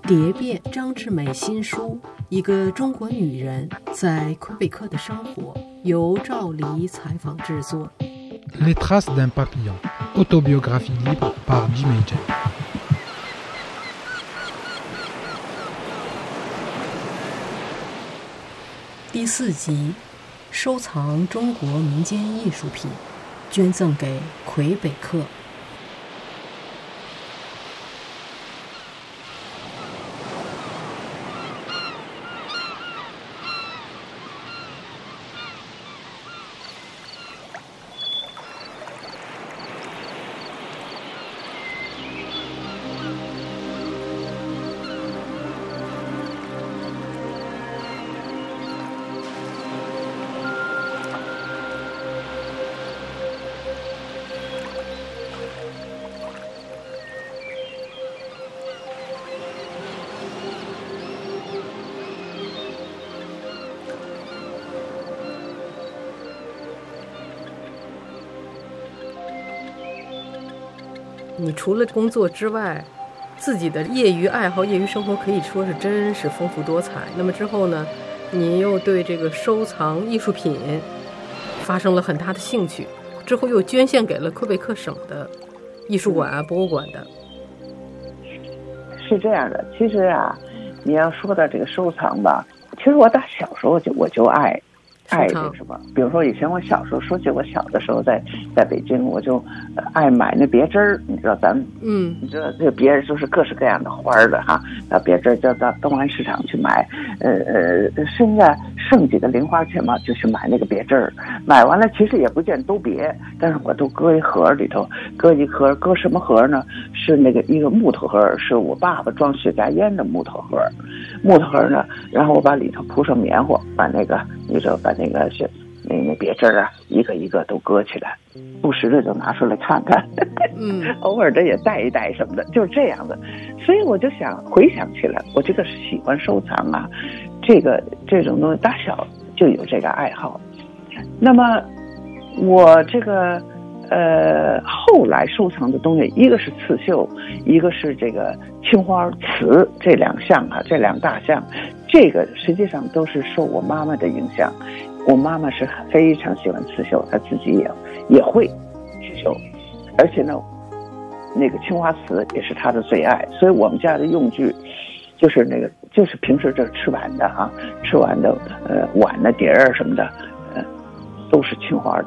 蝶变张志美新书《一个中国女人在魁北克的生活》，由赵黎采访制作。 Les traces d'un papillon, autobiographie libre par Jim J. 第4集，收藏中国民间艺术品，捐赠给魁北克。你除了工作之外，自己的业余爱好、业余生活可以说是真是丰富多彩。那么之后呢，你又对这个收藏艺术品发生了很大的兴趣，之后又捐献给了魁北克省的艺术馆啊、博物馆的。 是这样的，其实啊，你要说到这个收藏吧，其实我打小时候我就爱这什么，比如说以前我小时候，说起我小的时候在北京，我就爱买那别针儿，你知道咱们你知道这个别就是各式各样的花的哈，那别针就到东安市场去买，现在剩几个零花钱嘛，就去买那个别针儿，买完了其实也不见都别，但是我都搁一盒里头，搁一盒，搁什么盒呢？是那个一个木头盒，是我爸爸装雪茄烟的木头盒呢，然后我把里头铺上棉花，把那个你知道把那别针啊，一个一个都搁起来，不时的就拿出来看看，偶尔的也带一带什么的，就是这样的。所以我就回想起来，我这个喜欢收藏啊，这种东西打小就有这个爱好。那么我这个后来收藏的东西，一个是刺绣，一个是这个青花瓷，这两大项，这个实际上都是受我妈妈的影响。我妈妈是非常喜欢刺绣，她自己也会刺绣，而且呢，那个青花瓷也是她的最爱。所以我们家的用具就是平时这吃完的啊，吃完的碗的碟儿什么的，都是青花的。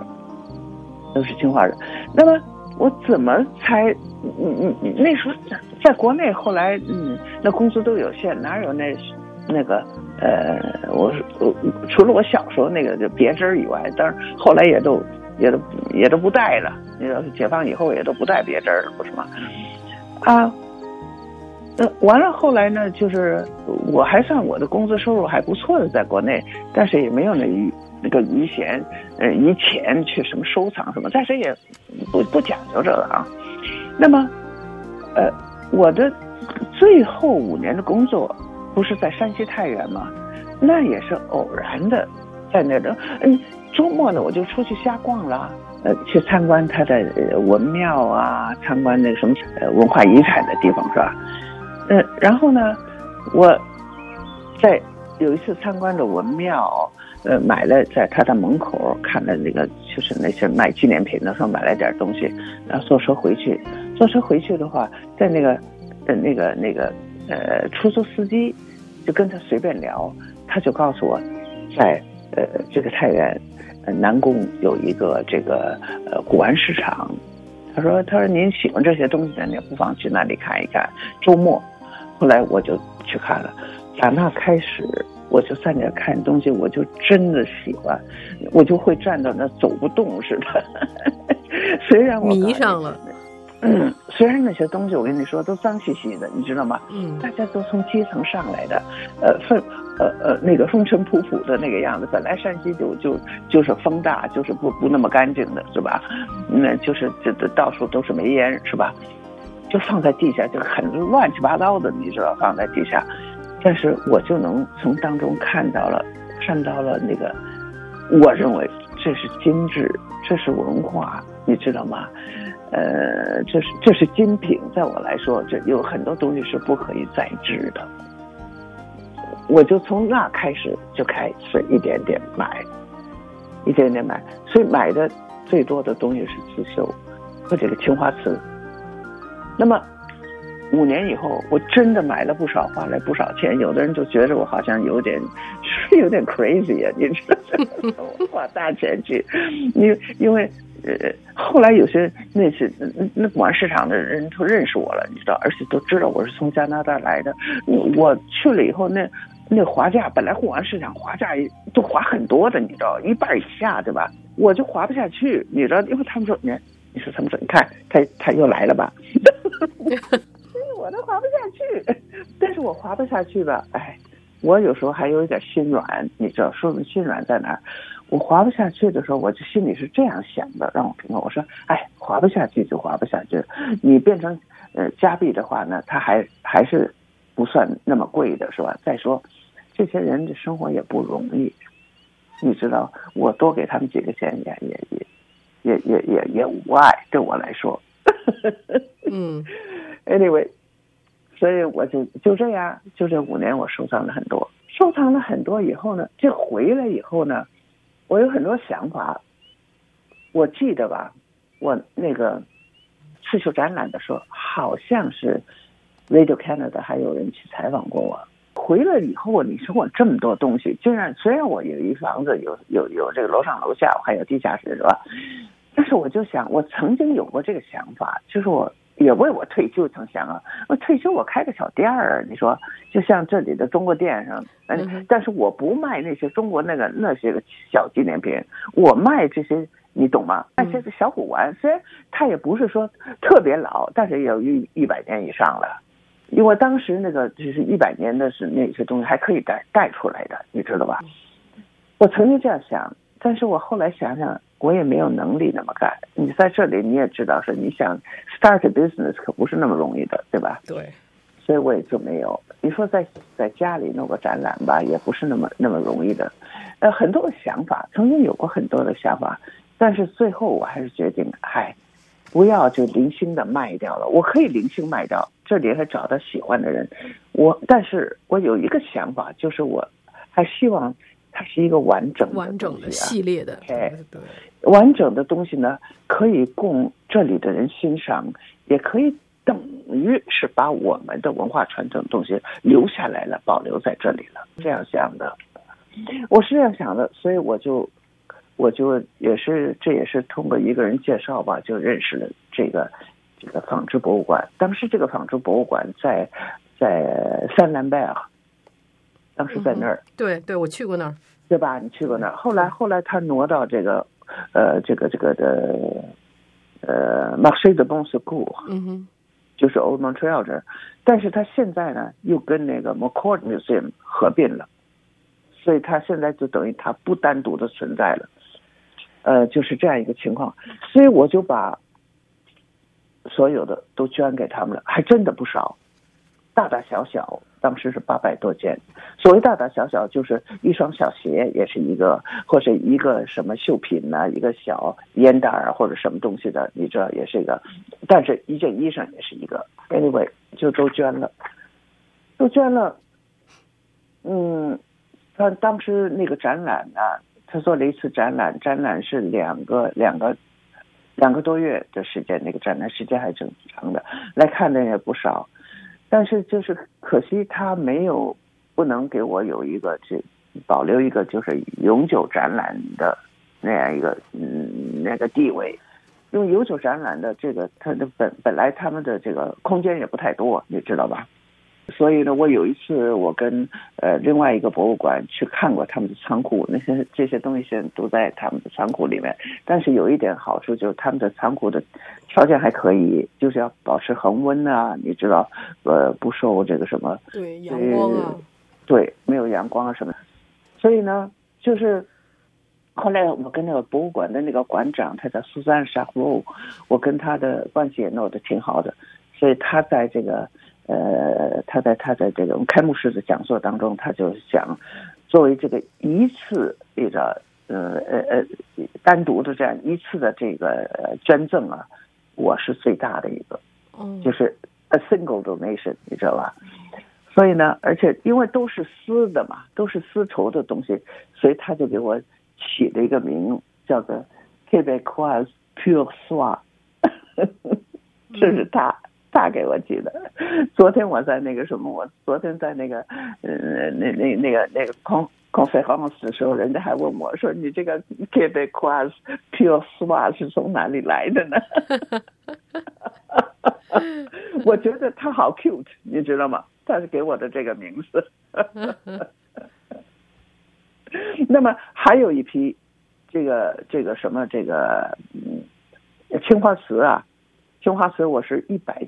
那么我怎么才那时候在国内，后来那工资都有限，哪有那个我除了我小时候那个就别针以外，当然后来也都不戴了。你知道解放以后也都不戴别针了，不是吗？完了后来呢，就是我还算我的工资收入还不错的，在国内，但是也没有那个余钱去什么收藏什么，但是也不讲究这个啊。那么我的最后5年的工作不是在山西太原吗？那也是偶然的，在那种周末呢我就出去瞎逛了，去参观它的文庙啊，参观那个什么文化遗产的地方是吧？然后呢，我在有一次参观的文庙，买了在他的门口看了那个就是那些卖纪念品的时候买了点东西，然后坐车回去的话，在那个出租司机就跟他随便聊，他就告诉我，在这个太原南宫有一个这个古玩市场，他说您喜欢这些东西的，您不妨去那里看一看，周末。后来我就去看了，打那开始我就在那看东西，我就真的喜欢，我就会站到那走不动似的。虽然我迷上了， 虽然那些东西我跟你说都脏兮兮的，你知道吗？大家都从基层上来的，那个风尘仆仆的那个样子。本来山西就是风大，就是不那么干净的，是吧？那就是这到处都是煤烟，是吧？就放在地下，就很乱七八糟的，你知道，放在地下。但是我就能从当中看到了那个，我认为这是精致，这是文化，你知道吗？ 这是精品，在我来说，这有很多东西是不可以再制的。我就从那开始就开始一点点买，所以买的最多的东西是刺绣和这个青花瓷。那么5年以后，我真的买了不少，花了不少钱。有的人就觉得我好像有点 crazy 啊，你知道，我花大钱去，因为后来有些那古玩市场的人都认识我了，你知道，而且都知道我是从加拿大来的。我去了以后，那划价本来古玩市场划价都划很多的，你知道，1半以下，对吧？我就划不下去，你知道，因为他们说你说他们说你看他又来了吧。我都划不下去，但是我划不下去吧，我有时候还有一点心软，你知道，说明心软在哪儿？我划不下去的时候，我就心里是这样想的，让我评论，我说，划不下去就划不下去，你变成加币的话呢，它还是不算那么贵的，是吧？再说，这些人的生活也不容易，你知道，我多给他们几个钱也无碍，对我来说。Anyway。所以我就这样，就这5年我收藏了很多以后呢，这回来以后呢，我有很多想法。我记得吧，我那个刺绣展览的时候，好像是 Radio Canada 还有人去采访过我。回来以后，你说我这么多东西，虽然我有一房子，有这个楼上楼下，我还有地下室，是吧？但是我就想，我曾经有过这个想法，就是我也为我退休曾想啊，我退休我开个小店儿，你说就像这里的中国店上，但是我不卖那些中国那些个小纪念品，我卖这些，你懂吗？卖这些小古玩，虽然它也不是说特别老，但是也有100年以上了。因为当时那个就是100年的是那些东西还可以带出来的，你知道吧？我曾经这样想，但是我后来想想，我也没有能力那么干。你在这里你也知道，是你想 start a business 可不是那么容易的，对吧？ 对。 所以我也就没有。你说在家里弄个展览吧，也不是那么容易的。很多的想法，曾经有过很多的想法，但是最后我还是决定，不要就零星的卖掉了。我可以零星卖掉，这里还找到喜欢的人。但是我有一个想法，就是我还希望它是一个完整的系列的，对， 完整的东西呢，可以供这里的人欣赏，也可以等于是把我们的文化传承东西留下来了，保留在这里了。这样想的，我是这样想的，所以我就这也是通过一个人介绍吧，就认识了这个纺织博物馆。当时这个纺织博物馆在三兰贝尔，当时在那儿。 对，我去过那儿， 对吧？你去过那儿。后来他挪到这个Marché de Bon Secours，就是 Old Montreal 这儿。但是他现在呢，又跟那个 McCord Museum 合并了，所以他现在就等于他不单独的存在了。就是这样一个情况，所以我就把所有的都捐给他们了，还真的不少，大大小小，当时是800多件。所谓大大小小，就是一双小鞋也是一个，或者一个什么绣品呐，一个小烟袋啊，或者什么东西的，你知道也是一个，但是一件衣裳也是一个。Anyway， 就都捐了。他当时那个展览啊。他做了一次展览是两个多月的时间，那个展览时间还挺长的，来看的人也不少。但是就是可惜他不能给我有一个保留一个就是永久展览的那样一个那个地位。因为永久展览的这个他的本来他们的这个空间也不太多，你知道吧？所以呢，我有一次我跟另外一个博物馆去看过他们的仓库，这些东西现在都在他们的仓库里面。但是有一点好处就是他们的仓库的条件还可以，就是要保持恒温啊，你知道，不受这个什么对阳光啊， 对，没有阳光啊什么。所以呢，就是后来我跟那个博物馆的那个馆长，他叫苏珊·沙夫，我跟他的关系也弄得挺好的，所以他在这个。他在这个开幕式的讲座当中，他就想作为这个一次这个单独的这样一次的这个捐赠啊， 我是最大的一个，就是 a single donation， 你知道吧？所以呢，而且因为都是丝的嘛，都是丝绸的东西，所以他就给我起了一个名叫做 Québécoise Pure Soie， 这是他给我起的。昨天我在那个什么，我昨天在那个那个conference 的时候，人家还问我说：“你这个 Québécoise Pure Soie 是从哪里来的呢？”我觉得他好 cute， 你知道吗？他是给我的这个名字。那么还有一批这个什么青花瓷啊，青花瓷我是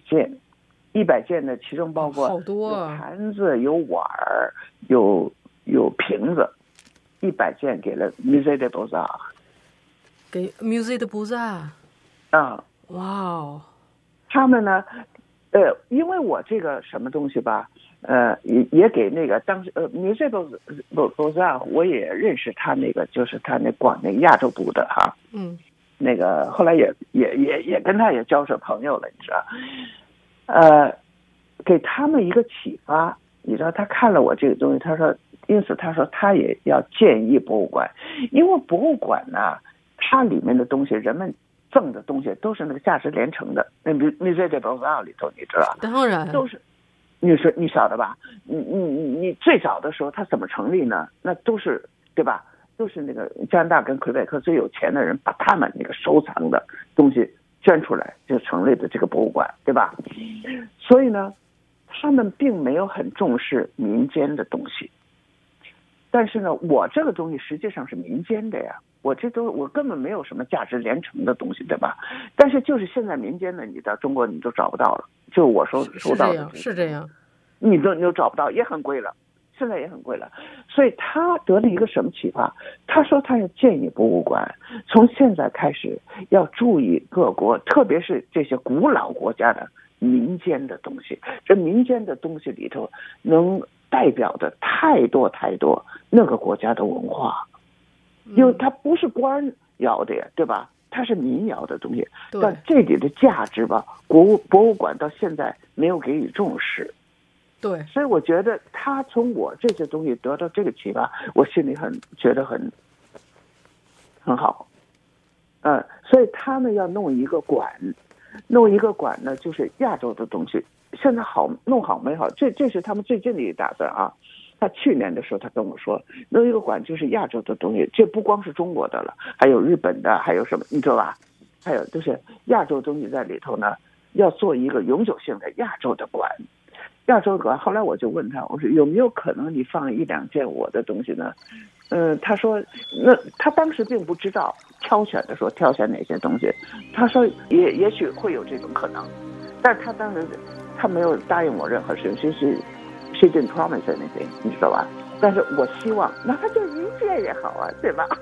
100件的，其中包括好多有盘子、有碗儿、有瓶子，100件给了 Musée des Beaux-Arts， 给 Musée des Beaux-Arts 啊， 哇哦， 他们呢，因为我这个什么东西吧，也给那个当时Musée des Beaux-Arts， 我也认识他那个，就是他那管那亚洲部的哈，那个后来也跟他也交上朋友了，你知道，给他们一个启发，你知道，他看了我这个东西，他说，因此他说他也要建议博物馆，因为博物馆呢，它里面的东西，人们赠的东西都是那个价值连城的，那Musée des Beaux-Arts里头，你知道， 当然都是。你晓得吧？你最早的时候，它怎么成立呢？那都是对吧？都是那个加拿大跟魁北克最有钱的人把他们那个收藏的东西捐出来，就成立的这个博物馆，对吧？所以呢，他们并没有很重视民间的东西。但是呢，我这个东西实际上是民间的呀，我根本没有什么价值连城的东西，对吧？但是就是现在民间的，你到中国你都找不到了，就我收到的是这样， 你都找不到，也很贵了，现在也很贵了。所以他得了一个什么启发？他说他要建议博物馆从现在开始要注意各国，特别是这些古老国家的民间的东西。这民间的东西里头能代表的太多那个国家的文化，因为它不是官窑的呀，对吧？它是民窑的东西，但这里的价值吧，博物馆到现在没有给予重视。 对， 所以我觉得他从我这些东西得到这个启发，我心里觉得很好。所以他们要弄一个馆呢，就是亚洲的东西。现在弄好没好，这是他们最近的一个打算啊。他去年的时候，他跟我说，弄一个馆就是亚洲的东西，这不光是中国的了，还有日本的，还有什么，你知道吧？还有就是亚洲东西在里头呢，要做一个永久性的亚洲的馆。亚洲馆，后来我就问他，我说有没有可能你放1-2件我的东西呢？他说，那他当时并不知道挑选哪些东西，他说也许会有这种可能，但他当时他没有答应我任何事情，she didn't promise anything， 你知道吧？但是我希望，哪怕就1件也好啊，对吧？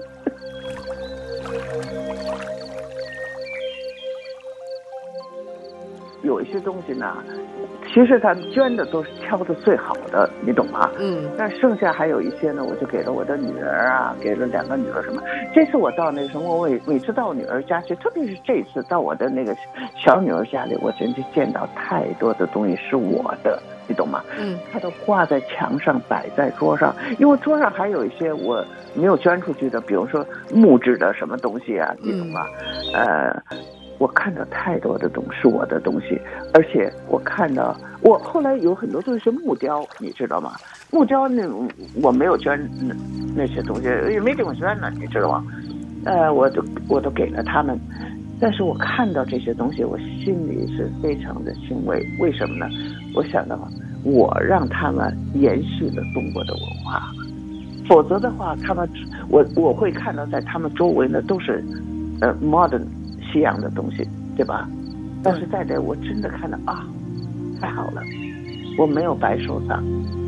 有一些东西呢，其实他捐的都是挑的最好的，你懂吗？但剩下还有一些呢，我就给了我的女儿啊，给了2个女儿什么。这次我到那个什么，我每次到我女儿家去，特别是这次到我的那个小女儿家里，我真是见到太多的东西是我的，你懂吗？它都挂在墙上，摆在桌上，因为桌上还有一些我没有捐出去的，比如说木质的什么东西啊，你懂吗？我看到太多的东西是我的东西，而且我看到我后来有很多东西是木雕，你知道吗？木雕那我没有捐那些东西，也没地方捐呢，你知道吗？我都给了他们，但是我看到这些东西，我心里是非常的欣慰。为什么呢？我想到我让他们延续了中国的文化，否则的话，我会看到在他们周围呢都是modern。西洋的东西，对吧？但是在这我真的看到啊，太好了，我没有白收藏，